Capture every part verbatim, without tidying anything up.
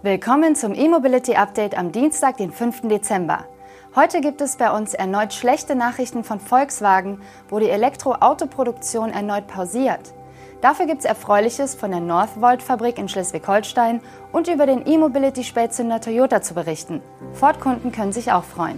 Willkommen zum E-Mobility Update am Dienstag, den fünften Dezember. Heute gibt es bei uns erneut schlechte Nachrichten von Volkswagen, wo die Elektroautoproduktion erneut pausiert. Dafür gibt es Erfreuliches von der Northvolt-Fabrik in Schleswig-Holstein und über den E-Mobility-Spätzünder Toyota zu berichten. Ford-Kunden können sich auch freuen.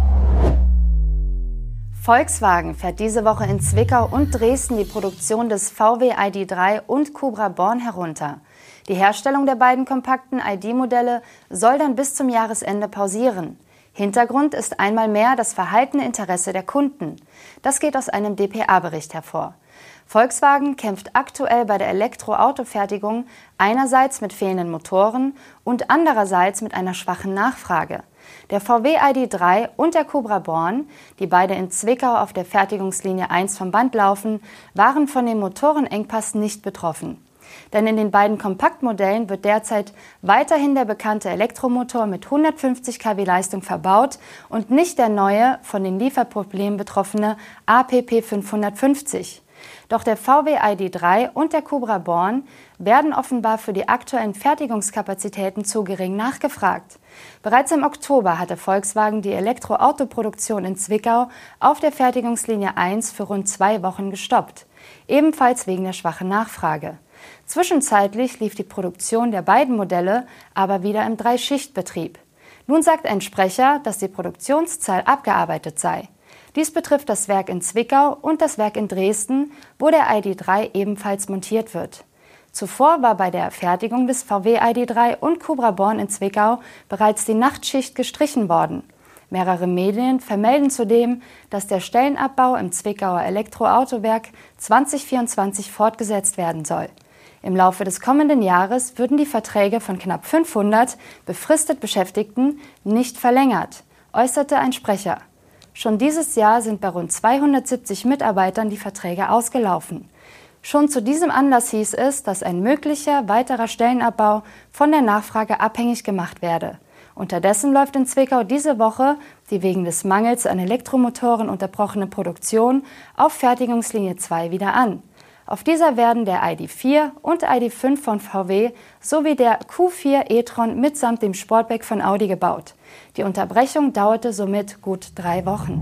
Volkswagen fährt diese Woche in Zwickau und Dresden die Produktion des V W I D drei und Cobra Born herunter. Die Herstellung der beiden kompakten I D-Modelle soll dann bis zum Jahresende pausieren. Hintergrund ist einmal mehr das verhaltene Interesse der Kunden. Das geht aus einem D P A-Bericht hervor. Volkswagen kämpft aktuell bei der Elektroautofertigung einerseits mit fehlenden Motoren und andererseits mit einer schwachen Nachfrage. Der V W I D drei und der Cobra Born, die beide in Zwickau auf der Fertigungslinie eins vom Band laufen, waren von dem Motorenengpass nicht betroffen. Denn in den beiden Kompaktmodellen wird derzeit weiterhin der bekannte Elektromotor mit hundertfünfzig Kilowatt Leistung verbaut und nicht der neue, von den Lieferproblemen betroffene A P P fünfhundertfünfzig. Doch der V W I D drei und der Cobra Born werden offenbar für die aktuellen Fertigungskapazitäten zu gering nachgefragt. Bereits im Oktober hatte Volkswagen die Elektroautoproduktion in Zwickau auf der Fertigungslinie eins für rund zwei Wochen gestoppt, ebenfalls wegen der schwachen Nachfrage. Zwischenzeitlich lief die Produktion der beiden Modelle aber wieder im Drei-Schicht-Betrieb. Nun sagt ein Sprecher, dass die Produktionszahl abgearbeitet sei. Dies betrifft das Werk in Zwickau und das Werk in Dresden, wo der I D drei ebenfalls montiert wird. Zuvor war bei der Fertigung des V W I D drei und Cobra Born in Zwickau bereits die Nachtschicht gestrichen worden. Mehrere Medien vermelden zudem, dass der Stellenabbau im Zwickauer Elektroautowerk zwanzig vierundzwanzig fortgesetzt werden soll. Im Laufe des kommenden Jahres würden die Verträge von knapp fünfhundert befristet Beschäftigten nicht verlängert, äußerte ein Sprecher. Schon dieses Jahr sind bei rund zweihundertsiebzig Mitarbeitern die Verträge ausgelaufen. Schon zu diesem Anlass hieß es, dass ein möglicher weiterer Stellenabbau von der Nachfrage abhängig gemacht werde. Unterdessen läuft in Zwickau diese Woche die wegen des Mangels an Elektromotoren unterbrochene Produktion auf Fertigungslinie zwei wieder an. Auf dieser werden der I D vier und I D fünf von V W sowie der Q vier e-tron mitsamt dem Sportback von Audi gebaut. Die Unterbrechung dauerte somit gut drei Wochen.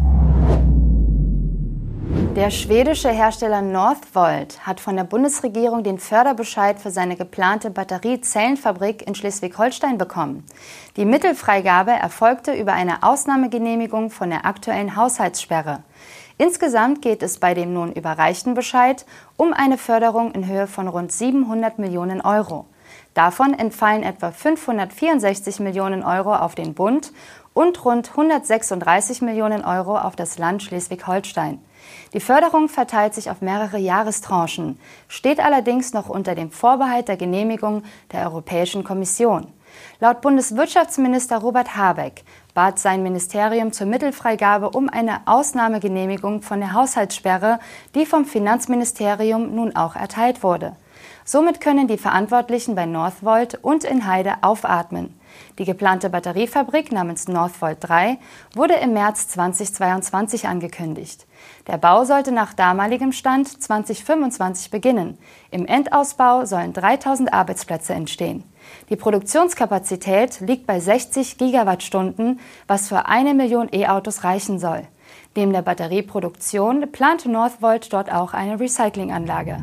Der schwedische Hersteller Northvolt hat von der Bundesregierung den Förderbescheid für seine geplante Batteriezellenfabrik in Schleswig-Holstein bekommen. Die Mittelfreigabe erfolgte über eine Ausnahmegenehmigung von der aktuellen Haushaltssperre. Insgesamt geht es bei dem nun überreichten Bescheid um eine Förderung in Höhe von rund siebenhundert Millionen Euro. Davon entfallen etwa fünfhundertvierundsechzig Millionen Euro auf den Bund und rund hundertsechsunddreißig Millionen Euro auf das Land Schleswig-Holstein. Die Förderung verteilt sich auf mehrere Jahrestranchen, steht allerdings noch unter dem Vorbehalt der Genehmigung der Europäischen Kommission. Laut Bundeswirtschaftsminister Robert Habeck bat sein Ministerium zur Mittelfreigabe um eine Ausnahmegenehmigung von der Haushaltssperre, die vom Finanzministerium nun auch erteilt wurde. Somit können die Verantwortlichen bei Northvolt und in Heide aufatmen. Die geplante Batteriefabrik namens Northvolt drei wurde im März zweitausendzweiundzwanzig angekündigt. Der Bau sollte nach damaligem Stand zweitausendfünfundzwanzig beginnen. Im Endausbau sollen dreitausend Arbeitsplätze entstehen. Die Produktionskapazität liegt bei sechzig Gigawattstunden, was für eine Million E-Autos reichen soll. Neben der Batterieproduktion plant Northvolt dort auch eine Recyclinganlage.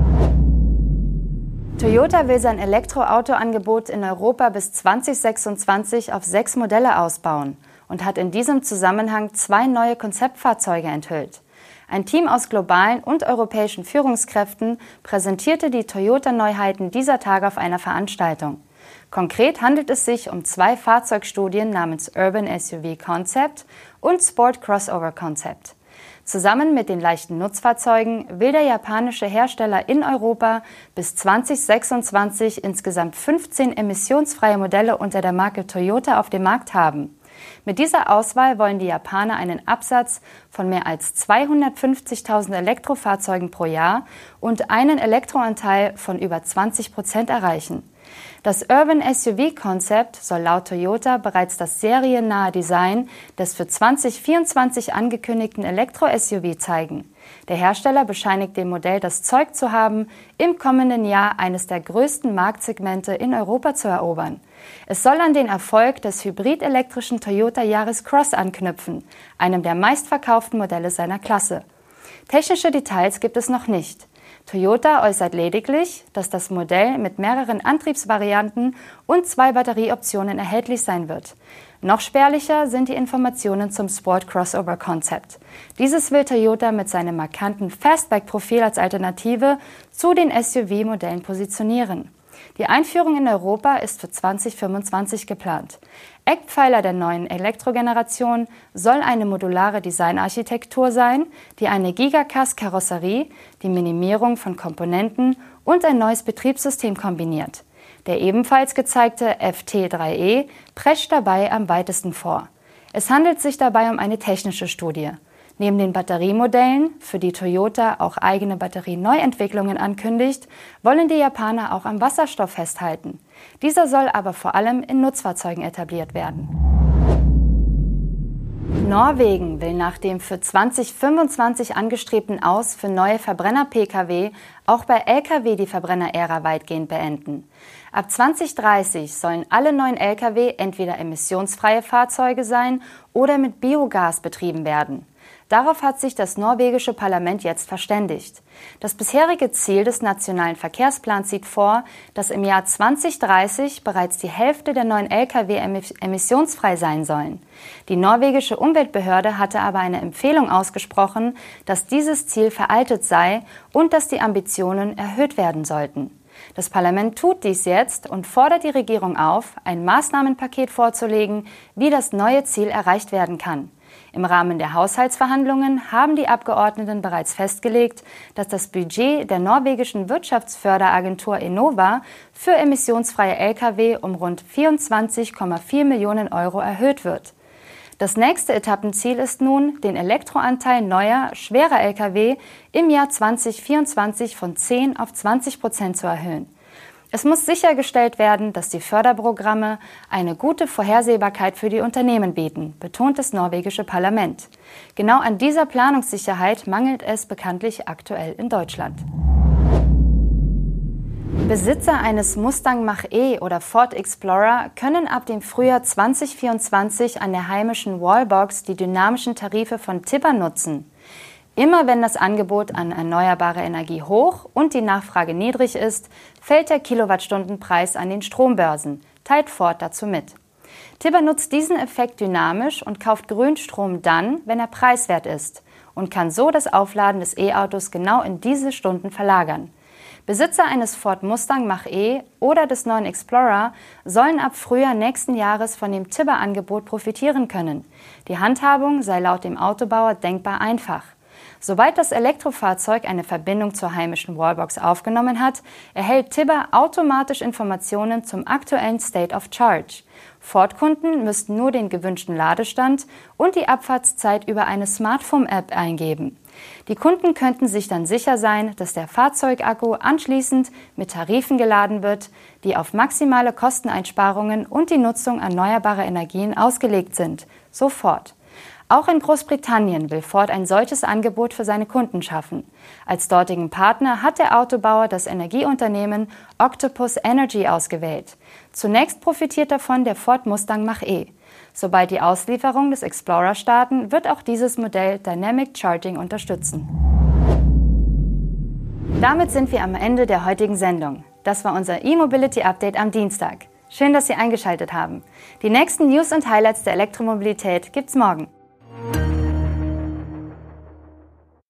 Toyota will sein Elektroautoangebot in Europa bis zweitausendsechsundzwanzig auf sechs Modelle ausbauen und hat in diesem Zusammenhang zwei neue Konzeptfahrzeuge enthüllt. Ein Team aus globalen und europäischen Führungskräften präsentierte die Toyota-Neuheiten dieser Tage auf einer Veranstaltung. Konkret handelt es sich um zwei Fahrzeugstudien namens Urban S U V Concept und Sport Crossover Concept. Zusammen mit den leichten Nutzfahrzeugen will der japanische Hersteller in Europa bis zweitausendsechsundzwanzig insgesamt fünfzehn emissionsfreie Modelle unter der Marke Toyota auf dem Markt haben. Mit dieser Auswahl wollen die Japaner einen Absatz von mehr als zweihundertfünfzigtausend Elektrofahrzeugen pro Jahr und einen Elektroanteil von über zwanzig Prozent erreichen. Das Urban S U V-Konzept soll laut Toyota bereits das seriennahe Design des für zweitausendvierundzwanzig angekündigten Elektro-S U V zeigen. Der Hersteller bescheinigt dem Modell das Zeug zu haben, im kommenden Jahr eines der größten Marktsegmente in Europa zu erobern. Es soll an den Erfolg des hybridelektrischen Toyota Yaris Cross anknüpfen, einem der meistverkauften Modelle seiner Klasse. Technische Details gibt es noch nicht. Toyota äußert lediglich, dass das Modell mit mehreren Antriebsvarianten und zwei Batterieoptionen erhältlich sein wird. Noch spärlicher sind die Informationen zum Sport-Crossover-Konzept. Dieses will Toyota mit seinem markanten Fastback-Profil als Alternative zu den S U V-Modellen positionieren. Die Einführung in Europa ist für zwanzig fünfundzwanzig geplant. Eckpfeiler der neuen Elektrogeneration soll eine modulare Designarchitektur sein, die eine Gigacast-Karosserie, die Minimierung von Komponenten und ein neues Betriebssystem kombiniert. Der ebenfalls gezeigte F T drei E prescht dabei am weitesten vor. Es handelt sich dabei um eine technische Studie. Neben den Batteriemodellen, für die Toyota auch eigene Batterieneuentwicklungen ankündigt, wollen die Japaner auch am Wasserstoff festhalten. Dieser soll aber vor allem in Nutzfahrzeugen etabliert werden. Norwegen will nach dem für zwanzig fünfundzwanzig angestrebten Aus für neue Verbrenner-P K W auch bei L K W die Verbrenner-Ära weitgehend beenden. Ab zwanzig dreißig sollen alle neuen L K W entweder emissionsfreie Fahrzeuge sein oder mit Biogas betrieben werden. Darauf hat sich das norwegische Parlament jetzt verständigt. Das bisherige Ziel des nationalen Verkehrsplans sieht vor, dass im Jahr zwanzig dreißig bereits die Hälfte der neuen L K W emissionsfrei sein sollen. Die norwegische Umweltbehörde hatte aber eine Empfehlung ausgesprochen, dass dieses Ziel veraltet sei und dass die Ambitionen erhöht werden sollten. Das Parlament tut dies jetzt und fordert die Regierung auf, ein Maßnahmenpaket vorzulegen, wie das neue Ziel erreicht werden kann. Im Rahmen der Haushaltsverhandlungen haben die Abgeordneten bereits festgelegt, dass das Budget der norwegischen Wirtschaftsförderagentur Enova für emissionsfreie L K W um rund vierundzwanzig Komma vier Millionen Euro erhöht wird. Das nächste Etappenziel ist nun, den Elektroanteil neuer, schwerer L K W im Jahr zwanzig vierundzwanzig von zehn auf zwanzig Prozent zu erhöhen. Es muss sichergestellt werden, dass die Förderprogramme eine gute Vorhersehbarkeit für die Unternehmen bieten, betont das norwegische Parlament. Genau an dieser Planungssicherheit mangelt es bekanntlich aktuell in Deutschland. Besitzer eines Mustang Mach-E oder Ford Explorer können ab dem Frühjahr zwanzig vierundzwanzig an der heimischen Wallbox die dynamischen Tarife von Tibber nutzen. Immer wenn das Angebot an erneuerbare Energie hoch und die Nachfrage niedrig ist, fällt der Kilowattstundenpreis an den Strombörsen, teilt Ford dazu mit. Tibber nutzt diesen Effekt dynamisch und kauft Grünstrom dann, wenn er preiswert ist, und kann so das Aufladen des E-Autos genau in diese Stunden verlagern. Besitzer eines Ford Mustang Mach-E oder des neuen Explorer sollen ab Frühjahr nächsten Jahres von dem Tibber-Angebot profitieren können. Die Handhabung sei laut dem Autobauer denkbar einfach. Sobald das Elektrofahrzeug eine Verbindung zur heimischen Wallbox aufgenommen hat, erhält Tibber automatisch Informationen zum aktuellen State of Charge. Ford-Kunden müssten nur den gewünschten Ladestand und die Abfahrtszeit über eine Smartphone-App eingeben. Die Kunden könnten sich dann sicher sein, dass der Fahrzeugakku anschließend mit Tarifen geladen wird, die auf maximale Kosteneinsparungen und die Nutzung erneuerbarer Energien ausgelegt sind. Sofort. Auch in Großbritannien will Ford ein solches Angebot für seine Kunden schaffen. Als dortigen Partner hat der Autobauer das Energieunternehmen Octopus Energy ausgewählt. Zunächst profitiert davon der Ford Mustang Mach-E. Sobald die Auslieferung des Explorer starten, wird auch dieses Modell Dynamic Charging unterstützen. Damit sind wir am Ende der heutigen Sendung. Das war unser E-Mobility Update am Dienstag. Schön, dass Sie eingeschaltet haben. Die nächsten News und Highlights der Elektromobilität gibt's morgen.